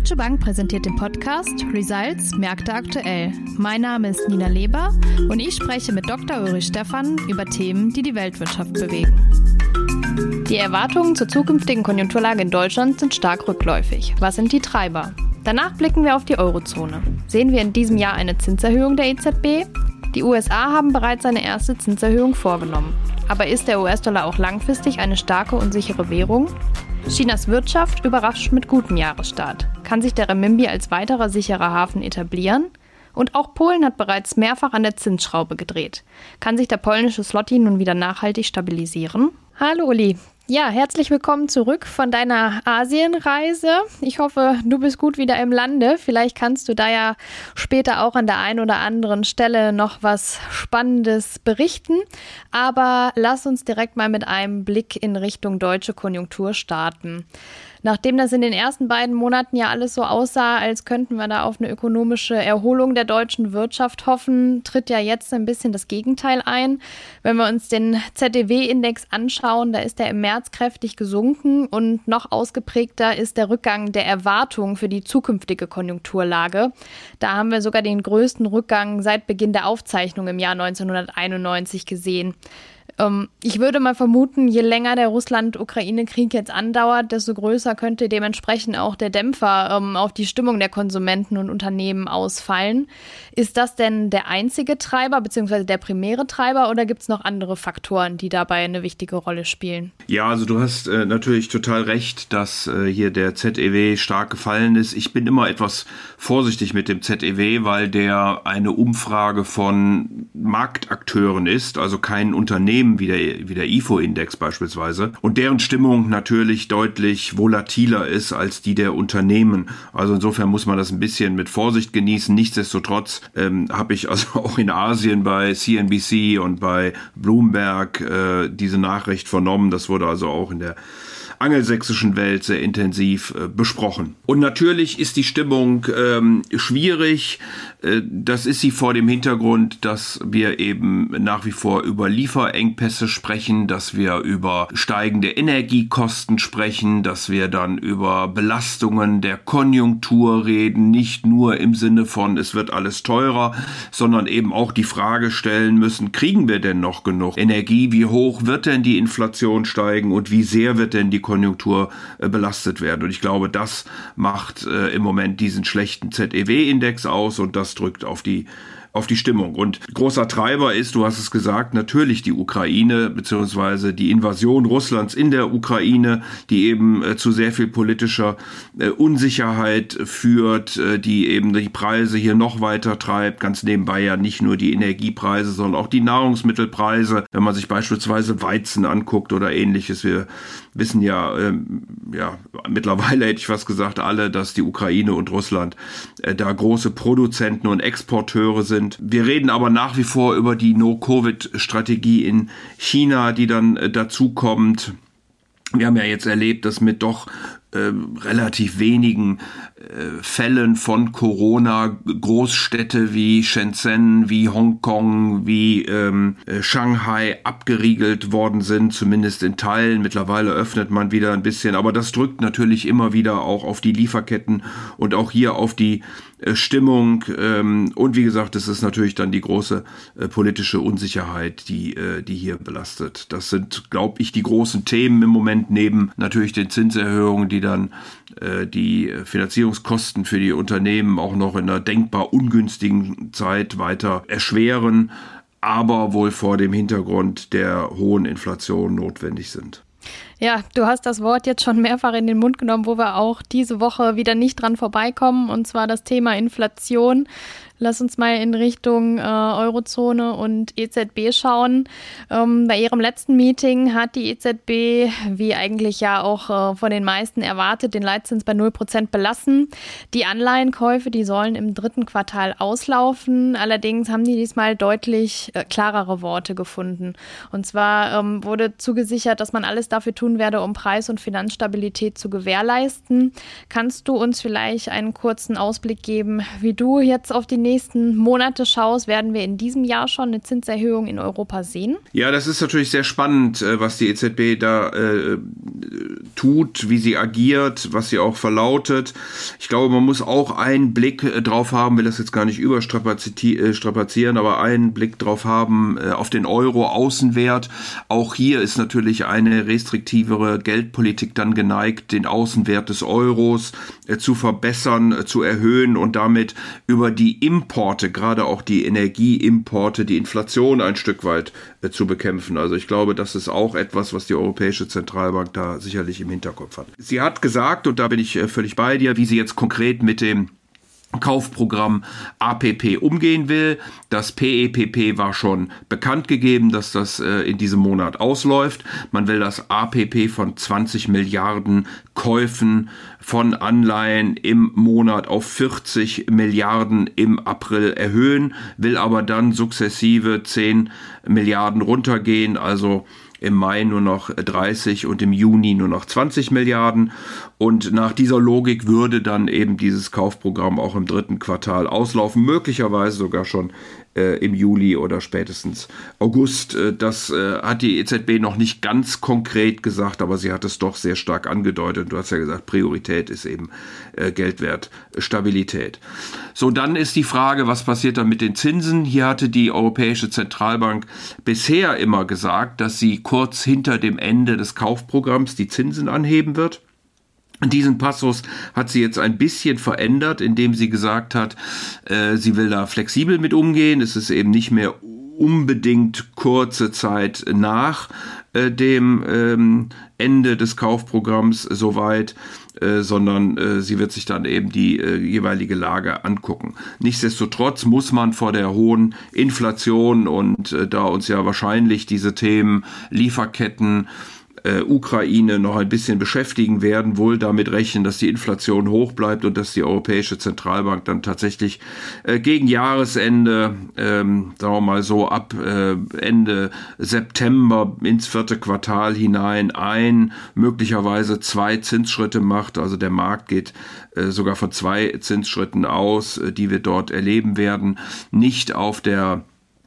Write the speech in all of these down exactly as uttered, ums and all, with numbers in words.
Deutsche Bank präsentiert den Podcast Results Märkte aktuell. Mein Name ist Nina Leber und ich spreche mit Doktor Ulrich Stephan über Themen, die die Weltwirtschaft bewegen. Die Erwartungen zur zukünftigen Konjunkturlage in Deutschland sind stark rückläufig. Was sind die Treiber? Danach blicken wir auf die Eurozone. Sehen wir in diesem Jahr eine Zinserhöhung der E Z B? Die U S A haben bereits eine erste Zinserhöhung vorgenommen. Aber ist der U S-Dollar auch langfristig eine starke und sichere Währung? Chinas Wirtschaft überrascht mit gutem Jahresstart. Kann sich der Renminbi als weiterer sicherer Hafen etablieren? Und auch Polen hat bereits mehrfach an der Zinsschraube gedreht. Kann sich der polnische Zloty nun wieder nachhaltig stabilisieren? Hallo Uli. Ja, herzlich willkommen zurück von deiner Asienreise. Ich hoffe, du bist gut wieder im Lande. Vielleicht kannst du da ja später auch an der einen oder anderen Stelle noch was Spannendes berichten. Aber lass uns direkt mal mit einem Blick in Richtung deutsche Konjunktur starten. Nachdem das in den ersten beiden Monaten ja alles so aussah, als könnten wir da auf eine ökonomische Erholung der deutschen Wirtschaft hoffen, tritt ja jetzt ein bisschen das Gegenteil ein. Wenn wir uns den Z E W-Index anschauen, da ist er im März kräftig gesunken und noch ausgeprägter ist der Rückgang der Erwartungen für die zukünftige Konjunkturlage. Da haben wir sogar den größten Rückgang seit Beginn der Aufzeichnung im Jahr neunzehnhunderteinundneunzig gesehen. Ich würde mal vermuten, je länger der Russland-Ukraine-Krieg jetzt andauert, desto größer könnte dementsprechend auch der Dämpfer ähm, auf die Stimmung der Konsumenten und Unternehmen ausfallen. Ist das denn der einzige Treiber bzw. der primäre Treiber oder gibt es noch andere Faktoren, die dabei eine wichtige Rolle spielen? Ja, also du hast äh, natürlich total recht, dass äh, hier der Z E W stark gefallen ist. Ich bin immer etwas vorsichtig mit dem Z E W, weil der eine Umfrage von Marktakteuren ist, also kein Unternehmen wie der, wie der I F O-Index beispielsweise, und deren Stimmung natürlich deutlich volatiler ist als die der Unternehmen. Also insofern muss man das ein bisschen mit Vorsicht genießen. Nichtsdestotrotz ähm, habe ich also auch in Asien bei C N B C und bei Bloomberg äh, diese Nachricht vernommen. Das wurde also auch in der angelsächsischen Welt sehr intensiv äh, besprochen. Und natürlich ist die Stimmung ähm, schwierig. Äh, das ist sie vor dem Hintergrund, dass wir eben nach wie vor über Lieferengpässe sprechen, dass wir über steigende Energiekosten sprechen, dass wir dann über Belastungen der Konjunktur reden, nicht nur im Sinne von, es wird alles teurer, sondern eben auch die Frage stellen müssen, kriegen wir denn noch genug Energie? Wie hoch wird denn die Inflation steigen und wie sehr wird denn die Konjunktur äh, belastet werden? Und ich glaube, das macht äh, im Moment diesen schlechten Z E W-Index aus und das drückt auf die auf die Stimmung. Und großer Treiber ist, du hast es gesagt, natürlich die Ukraine beziehungsweise die Invasion Russlands in der Ukraine, die eben äh, zu sehr viel politischer äh, Unsicherheit führt, äh, die eben die Preise hier noch weiter treibt. Ganz nebenbei ja nicht nur die Energiepreise, sondern auch die Nahrungsmittelpreise. Wenn man sich beispielsweise Weizen anguckt oder ähnliches. Wir wissen ja, ähm, ja mittlerweile hätte ich fast gesagt, alle, dass die Ukraine und Russland äh, da große Produzenten und Exporteure sind. Wir reden aber nach wie vor über die No-Covid-Strategie in China, die dann äh, dazu kommt. Wir haben ja jetzt erlebt, dass mit doch äh, relativ wenigen äh, Fällen von Corona Großstädte wie Shenzhen, wie Hongkong, wie ähm, äh, Shanghai abgeriegelt worden sind, zumindest in Teilen. Mittlerweile öffnet man wieder ein bisschen, aber das drückt natürlich immer wieder auch auf die Lieferketten und auch hier auf die äh, Stimmung. Ähm, und wie gesagt, es ist natürlich dann die große äh, politische Unsicherheit, die, äh, die hier belastet. Das sind, glaube ich, die großen Themen im Moment, neben natürlich den Zinserhöhungen, die dann äh, die Finanzierungskosten für die Unternehmen auch noch in einer denkbar ungünstigen Zeit weiter erschweren, aber wohl vor dem Hintergrund der hohen Inflation notwendig sind. Ja, du hast das Wort jetzt schon mehrfach in den Mund genommen, wo wir auch diese Woche wieder nicht dran vorbeikommen, und zwar das Thema Inflation. Lass uns mal in Richtung äh, Eurozone und E Z B schauen. Ähm, bei ihrem letzten Meeting hat die E Z B, wie eigentlich ja auch äh, von den meisten erwartet, den Leitzins bei null Prozent belassen. Die Anleihenkäufe, die sollen im dritten Quartal auslaufen. Allerdings haben die diesmal deutlich äh, klarere Worte gefunden. Und zwar ähm, wurde zugesichert, dass man alles dafür tun werde, um Preis- und Finanzstabilität zu gewährleisten. Kannst du uns vielleicht einen kurzen Ausblick geben, wie du jetzt auf die nächsten Monate schaust? Werden wir in diesem Jahr schon eine Zinserhöhung in Europa sehen? Ja, das ist natürlich sehr spannend, was die E Z B da äh, tut, wie sie agiert, was sie auch verlautet. Ich glaube, man muss auch einen Blick äh, drauf haben, will das jetzt gar nicht überstrapazieren, aber einen Blick drauf haben äh, auf den Euro-Außenwert. Auch hier ist natürlich eine restriktivere Geldpolitik dann geneigt, den Außenwert des Euros äh, zu verbessern, äh, zu erhöhen und damit über die Importe, gerade auch die Energieimporte, die Inflation ein Stück weit äh, zu bekämpfen. Also ich glaube, das ist auch etwas, was die Europäische Zentralbank da sicherlich im Hinterkopf hat. Sie hat gesagt, und da bin ich äh, völlig bei dir, wie sie jetzt konkret mit dem Kaufprogramm A P P umgehen will. Das P E P P war schon bekannt gegeben, dass das äh, in diesem Monat ausläuft. Man will das A P P von zwanzig Milliarden Käufen von Anleihen im Monat auf vierzig Milliarden im April erhöhen, will aber dann sukzessive zehn Milliarden runtergehen, also im Mai nur noch dreißig und im Juni nur noch zwanzig Milliarden. Und nach dieser Logik würde dann eben dieses Kaufprogramm auch im dritten Quartal auslaufen, möglicherweise sogar schon äh, im Juli oder spätestens August. Äh, das äh, hat die E Z B noch nicht ganz konkret gesagt, aber sie hat es doch sehr stark angedeutet. Du hast ja gesagt, Priorität ist eben äh, Geldwertstabilität. So, dann ist die Frage, was passiert dann mit den Zinsen? Hier hatte die Europäische Zentralbank bisher immer gesagt, dass sie kurz hinter dem Ende des Kaufprogramms die Zinsen anheben wird. Diesen Passus hat sie jetzt ein bisschen verändert, indem sie gesagt hat, äh, sie will da flexibel mit umgehen. Es ist eben nicht mehr unbedingt kurze Zeit nach äh, dem ähm, Ende des Kaufprogramms soweit, äh, sondern äh, sie wird sich dann eben die äh, jeweilige Lage angucken. Nichtsdestotrotz muss man vor der hohen Inflation und äh, da uns ja wahrscheinlich diese Themen Lieferketten, Äh, Ukraine noch ein bisschen beschäftigen werden, wohl damit rechnen, dass die Inflation hoch bleibt und dass die Europäische Zentralbank dann tatsächlich äh, gegen Jahresende, ähm, sagen wir mal so ab äh, Ende September ins vierte Quartal hinein ein, möglicherweise zwei Zinsschritte macht. Also der Markt geht äh, sogar von zwei Zinsschritten aus, äh, die wir dort erleben werden, nicht auf der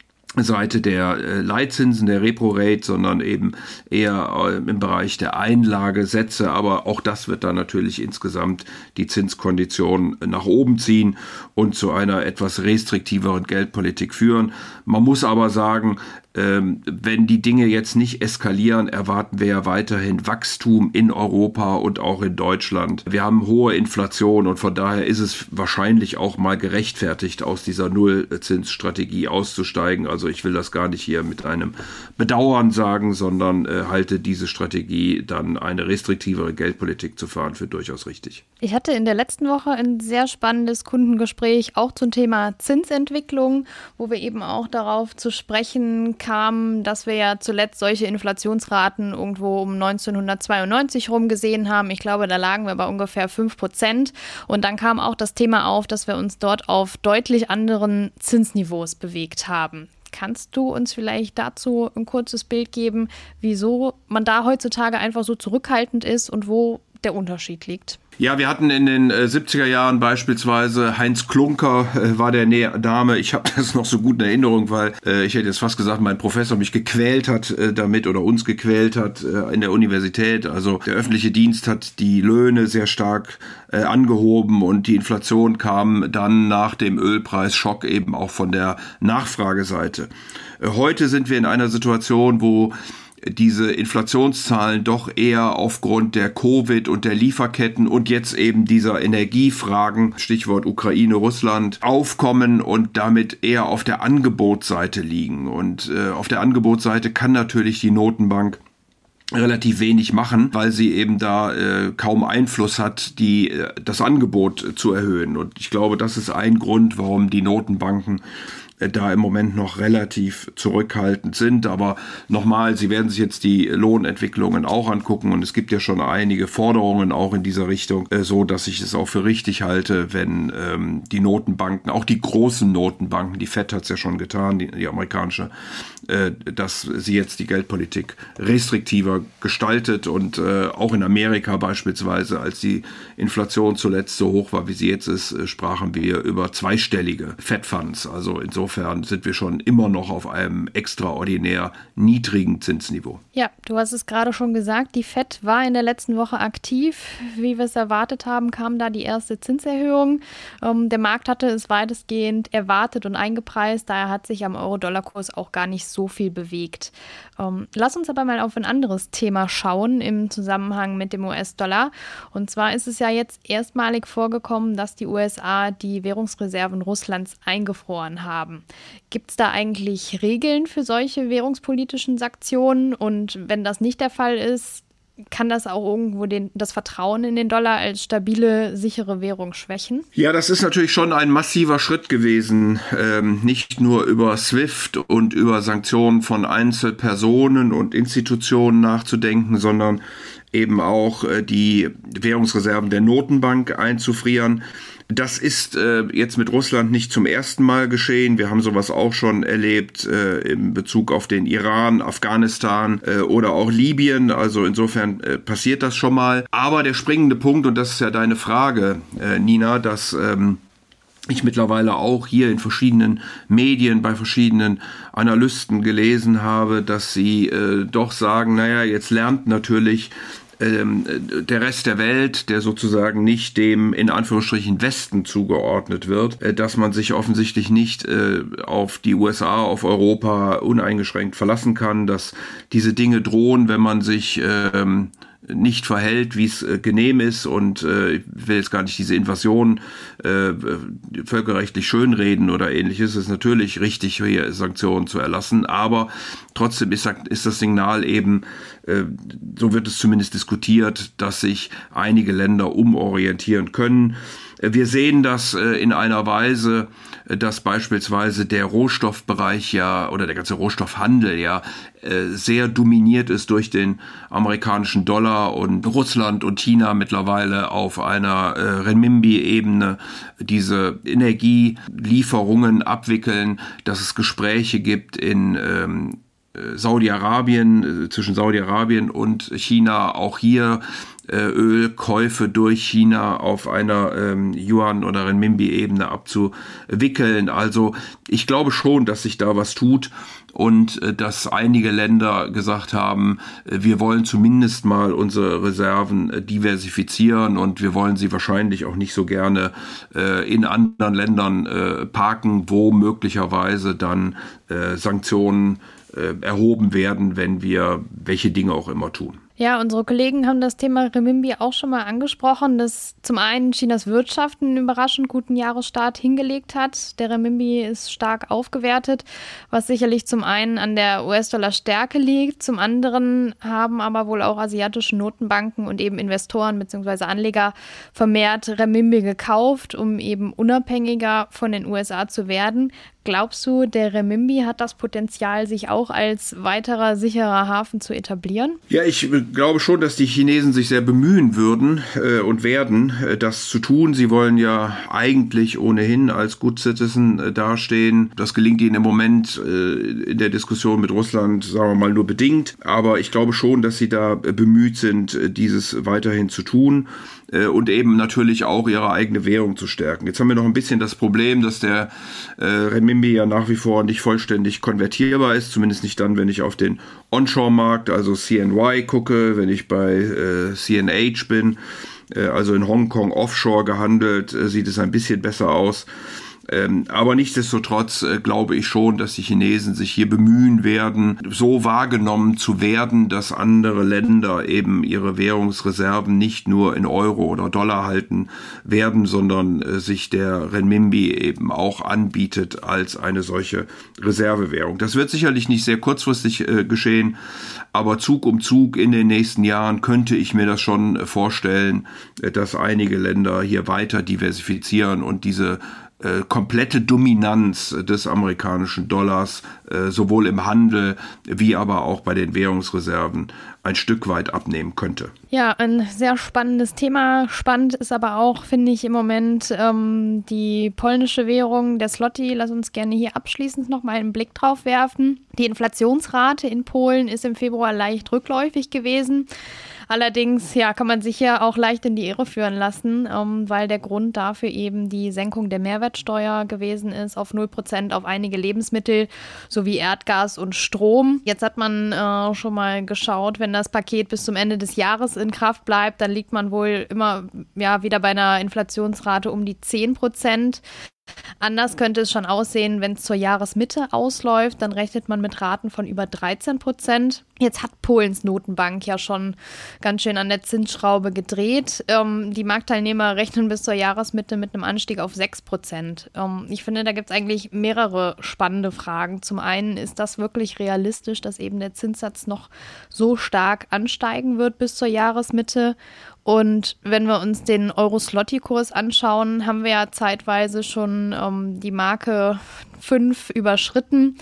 Seite der äh, Leitzinsen, der Repo-Rate, sondern eben eher äh, im Bereich der Einlagesätze. Aber auch das wird dann natürlich insgesamt die Zinskonditionen nach oben ziehen und zu einer etwas restriktiveren Geldpolitik führen. Man muss aber sagen, ähm, wenn die Dinge jetzt nicht eskalieren, erwarten wir ja weiterhin Wachstum in Europa und auch in Deutschland. Wir haben hohe Inflation und von daher ist es wahrscheinlich auch mal gerechtfertigt, aus dieser Nullzinsstrategie auszusteigen. Also ich will das gar nicht hier mit einem Bedauern sagen, sondern äh, halte diese Strategie, dann eine restriktivere Geldpolitik zu fahren, für durchaus richtig. Ich hatte in der letzten Woche ein sehr spannendes Kundengespräch auch zum Thema Zinsentwicklung, wo wir eben auch darauf zu sprechen kamen, dass wir ja zuletzt solche Inflationsraten irgendwo um neunzehnhundertzweiundneunzig rum gesehen haben. Ich glaube, da lagen wir bei ungefähr fünf Prozent. Und dann kam auch das Thema auf, dass wir uns dort auf deutlich anderen Zinsniveaus bewegt haben. Kannst du uns vielleicht dazu ein kurzes Bild geben, wieso man da heutzutage einfach so zurückhaltend ist und wo der Unterschied liegt? Ja, wir hatten in den äh, siebziger Jahren beispielsweise Heinz Klunker, äh, war der Name. Ich habe das noch so gut in Erinnerung, weil äh, ich hätte jetzt fast gesagt, mein Professor mich gequält hat äh, damit oder uns gequält hat äh, in der Universität. Also der öffentliche Dienst hat die Löhne sehr stark äh, angehoben und die Inflation kam dann nach dem Ölpreisschock eben auch von der Nachfrageseite. Äh, heute sind wir in einer Situation, wo diese Inflationszahlen doch eher aufgrund der Covid und der Lieferketten und jetzt eben dieser Energiefragen, Stichwort Ukraine, Russland, aufkommen und damit eher auf der Angebotsseite liegen. Und äh, auf der Angebotsseite kann natürlich die Notenbank relativ wenig machen, weil sie eben da äh, kaum Einfluss hat, die äh, das Angebot äh, zu erhöhen. Und ich glaube, das ist ein Grund, warum die Notenbanken da im Moment noch relativ zurückhaltend sind. Aber nochmal, Sie werden sich jetzt die Lohnentwicklungen auch angucken und es gibt ja schon einige Forderungen auch in dieser Richtung, äh, so dass ich es auch für richtig halte, wenn ähm, die Notenbanken, auch die großen Notenbanken, die Fed hat es ja schon getan, die, die amerikanische, äh, dass sie jetzt die Geldpolitik restriktiver gestaltet und äh, auch in Amerika beispielsweise, als die Inflation zuletzt so hoch war, wie sie jetzt ist, äh, sprachen wir über zweistellige Fed Funds. Also insofern insofern sind wir schon immer noch auf einem extraordinär niedrigen Zinsniveau. Ja, du hast es gerade schon gesagt, die Fed war in der letzten Woche aktiv. Wie wir es erwartet haben, kam da die erste Zinserhöhung. Ähm, der Markt hatte es weitestgehend erwartet und eingepreist, daher hat sich am Euro-Dollar-Kurs auch gar nicht so viel bewegt. Ähm, lass uns aber mal auf ein anderes Thema schauen im Zusammenhang mit dem U S-Dollar. Und zwar ist es ja jetzt erstmalig vorgekommen, dass die U S A die Währungsreserven Russlands eingefroren haben. Gibt es da eigentlich Regeln für solche währungspolitischen Sanktionen? Und wenn das nicht der Fall ist, kann das auch irgendwo den, das Vertrauen in den Dollar als stabile, sichere Währung schwächen? Ja, das ist natürlich schon ein massiver Schritt gewesen, ähm, nicht nur über SWIFT und über Sanktionen von Einzelpersonen und Institutionen nachzudenken, sondern eben auch äh, die Währungsreserven der Notenbank einzufrieren. Das ist äh, jetzt mit Russland nicht zum ersten Mal geschehen. Wir haben sowas auch schon erlebt äh, in Bezug auf den Iran, Afghanistan äh, oder auch Libyen. Also insofern äh, passiert das schon mal. Aber der springende Punkt, und das ist ja deine Frage, äh, Nina, dass ähm, ich mittlerweile auch hier in verschiedenen Medien bei verschiedenen Analysten gelesen habe, dass sie äh, doch sagen, naja, jetzt lernt natürlich der Rest der Welt, der sozusagen nicht dem in Anführungsstrichen Westen zugeordnet wird, dass man sich offensichtlich nicht auf die U S A, auf Europa uneingeschränkt verlassen kann, dass diese Dinge drohen, wenn man sich nicht verhält, wie es äh, genehm ist, und äh, ich will jetzt gar nicht diese Invasion äh, völkerrechtlich schönreden oder ähnliches. Es ist natürlich richtig, hier Sanktionen zu erlassen, aber trotzdem ist, ist das Signal eben, äh, so wird es zumindest diskutiert, dass sich einige Länder umorientieren können. Wir sehen das in einer Weise, dass beispielsweise der Rohstoffbereich ja oder der ganze Rohstoffhandel ja sehr dominiert ist durch den amerikanischen Dollar und Russland und China mittlerweile auf einer Renminbi-Ebene diese Energielieferungen abwickeln, dass es Gespräche gibt in Saudi-Arabien, zwischen Saudi-Arabien und China, auch hier Ölkäufe durch China auf einer ähm, Yuan- oder Renminbi-Ebene abzuwickeln. Also ich glaube schon, dass sich da was tut und äh, dass einige Länder gesagt haben, äh, wir wollen zumindest mal unsere Reserven äh, diversifizieren und wir wollen sie wahrscheinlich auch nicht so gerne äh, in anderen Ländern äh, parken, wo möglicherweise dann äh, Sanktionen äh, erhoben werden, wenn wir welche Dinge auch immer tun. Ja, unsere Kollegen haben das Thema Renminbi auch schon mal angesprochen, dass zum einen Chinas Wirtschaft einen überraschend guten Jahresstart hingelegt hat. Der Renminbi ist stark aufgewertet, was sicherlich zum einen an der U S-Dollar-Stärke liegt. Zum anderen haben aber wohl auch asiatische Notenbanken und eben Investoren bzw. Anleger vermehrt Renminbi gekauft, um eben unabhängiger von den U S A zu werden. Glaubst du, der Renminbi hat das Potenzial, sich auch als weiterer sicherer Hafen zu etablieren? Ja, ich glaube schon, dass die Chinesen sich sehr bemühen würden äh, und werden, äh, das zu tun. Sie wollen ja eigentlich ohnehin als Good Citizen äh, dastehen. Das gelingt ihnen im Moment äh, in der Diskussion mit Russland, sagen wir mal, nur bedingt. Aber ich glaube schon, dass sie da äh, bemüht sind, äh, dieses weiterhin zu tun. Und eben natürlich auch ihre eigene Währung zu stärken. Jetzt haben wir noch ein bisschen das Problem, dass der äh, Renminbi ja nach wie vor nicht vollständig konvertierbar ist, zumindest nicht dann, wenn ich auf den Onshore-Markt, also C N Y gucke, wenn ich bei äh, C N H bin, äh, also in Hongkong offshore gehandelt, äh, sieht es ein bisschen besser aus. Ähm, aber nichtsdestotrotz äh, glaube ich schon, dass die Chinesen sich hier bemühen werden, so wahrgenommen zu werden, dass andere Länder eben ihre Währungsreserven nicht nur in Euro oder Dollar halten werden, sondern äh, sich der Renminbi eben auch anbietet als eine solche Reservewährung. Das wird sicherlich nicht sehr kurzfristig äh, geschehen, aber Zug um Zug in den nächsten Jahren könnte ich mir das schon äh, vorstellen, äh, dass einige Länder hier weiter diversifizieren und diese Äh, komplette Dominanz des amerikanischen Dollars äh, sowohl im Handel wie aber auch bei den Währungsreserven ein Stück weit abnehmen könnte. Ja, ein sehr spannendes Thema. Spannend ist aber auch, finde ich, im Moment ähm, die polnische Währung, der Zloty. Lass uns gerne hier abschließend noch mal einen Blick drauf werfen. Die Inflationsrate in Polen ist im Februar leicht rückläufig gewesen. Allerdings, ja, kann man sich ja auch leicht in die Irre führen lassen, ähm, weil der Grund dafür eben die Senkung der Mehrwertsteuer gewesen ist auf null Prozent auf einige Lebensmittel sowie Erdgas und Strom. Jetzt hat man äh, schon mal geschaut, wenn das Paket bis zum Ende des Jahres in Kraft bleibt, dann liegt man wohl immer ja wieder bei einer Inflationsrate um die zehn Prozent. Anders könnte es schon aussehen, wenn es zur Jahresmitte ausläuft, dann rechnet man mit Raten von über dreizehn Prozent. Jetzt hat Polens Notenbank ja schon ganz schön an der Zinsschraube gedreht. Ähm, die Marktteilnehmer rechnen bis zur Jahresmitte mit einem Anstieg auf sechs Prozent. Ähm, ich finde, da gibt es eigentlich mehrere spannende Fragen. Zum einen, ist das wirklich realistisch, dass eben der Zinssatz noch so stark ansteigen wird bis zur Jahresmitte? Und wenn wir uns den Euro-Zloty-Kurs anschauen, haben wir ja zeitweise schon ähm, die Marke fünf überschritten.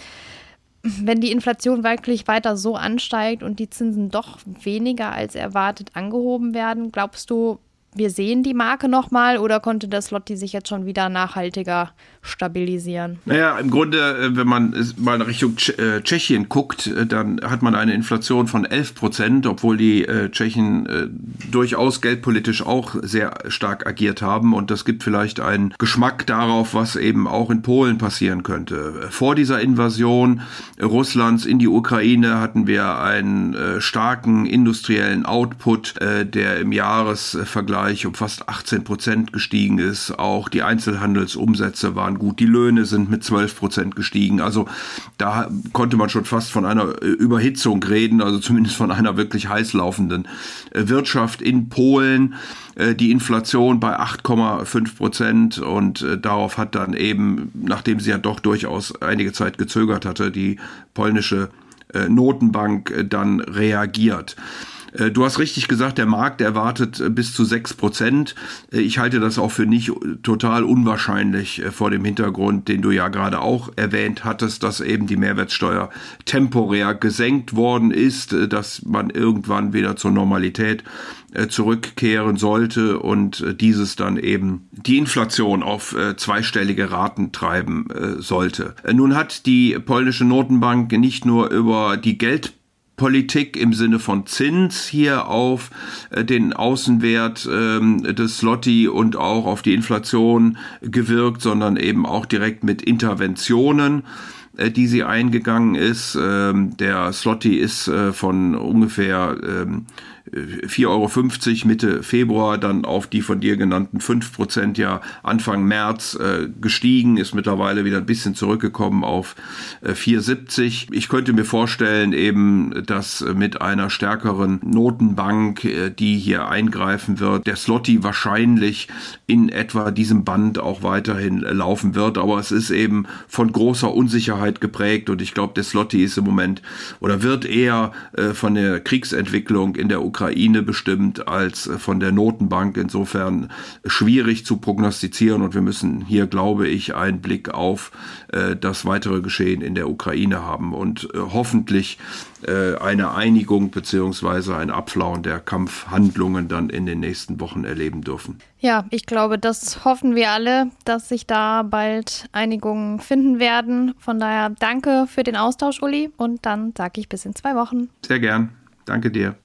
Wenn die Inflation wirklich weiter so ansteigt und die Zinsen doch weniger als erwartet angehoben werden, glaubst du, wir sehen die Marke nochmal oder konnte der Zloty sich jetzt schon wieder nachhaltiger stabilisieren? Naja, im Grunde, wenn man mal Richtung Tschechien guckt, dann hat man eine Inflation von elf Prozent, obwohl die Tschechen durchaus geldpolitisch auch sehr stark agiert haben. Und das gibt vielleicht einen Geschmack darauf, was eben auch in Polen passieren könnte. Vor dieser Invasion Russlands in die Ukraine hatten wir einen starken industriellen Output, der im Jahresvergleich um fast achtzehn Prozent gestiegen ist. Auch die Einzelhandelsumsätze waren gut. Die Löhne sind mit zwölf Prozent gestiegen. Also da konnte man schon fast von einer Überhitzung reden, also zumindest von einer wirklich heiß laufenden Wirtschaft in Polen. Die Inflation bei acht Komma fünf Prozent und darauf hat dann eben, nachdem sie ja doch durchaus einige Zeit gezögert hatte, die polnische Notenbank dann reagiert. Du hast richtig gesagt, der Markt erwartet bis zu sechs Prozent. Ich halte das auch für nicht total unwahrscheinlich vor dem Hintergrund, den du ja gerade auch erwähnt hattest, dass eben die Mehrwertsteuer temporär gesenkt worden ist, dass man irgendwann wieder zur Normalität zurückkehren sollte und dieses dann eben die Inflation auf zweistellige Raten treiben sollte. Nun hat die polnische Notenbank nicht nur über die Geld Politik im Sinne von Zins hier auf äh, den Außenwert ähm, des Zloty und auch auf die Inflation gewirkt, sondern eben auch direkt mit Interventionen, äh, die sie eingegangen ist. Ähm, der Zloty ist äh, von ungefähr ähm, vier Euro fünfzig Mitte Februar dann auf die von dir genannten fünf Prozent ja Anfang März äh, gestiegen, ist mittlerweile wieder ein bisschen zurückgekommen auf äh, vier Euro siebzig. Ich könnte mir vorstellen eben, dass mit einer stärkeren Notenbank, äh, die hier eingreifen wird, der Zloty wahrscheinlich in etwa diesem Band auch weiterhin äh, laufen wird, aber es ist eben von großer Unsicherheit geprägt und ich glaube, der Zloty ist im Moment oder wird eher äh, von der Kriegsentwicklung in der Ukraine Ukraine bestimmt als von der Notenbank. Insofern schwierig zu prognostizieren und wir müssen hier, glaube ich, einen Blick auf äh, das weitere Geschehen in der Ukraine haben und äh, hoffentlich äh, eine Einigung bzw. ein Abflauen der Kampfhandlungen dann in den nächsten Wochen erleben dürfen. Ja, ich glaube, das hoffen wir alle, dass sich da bald Einigungen finden werden. Von daher danke für den Austausch, Uli, und dann sage ich bis in zwei Wochen. Sehr gern. Danke dir.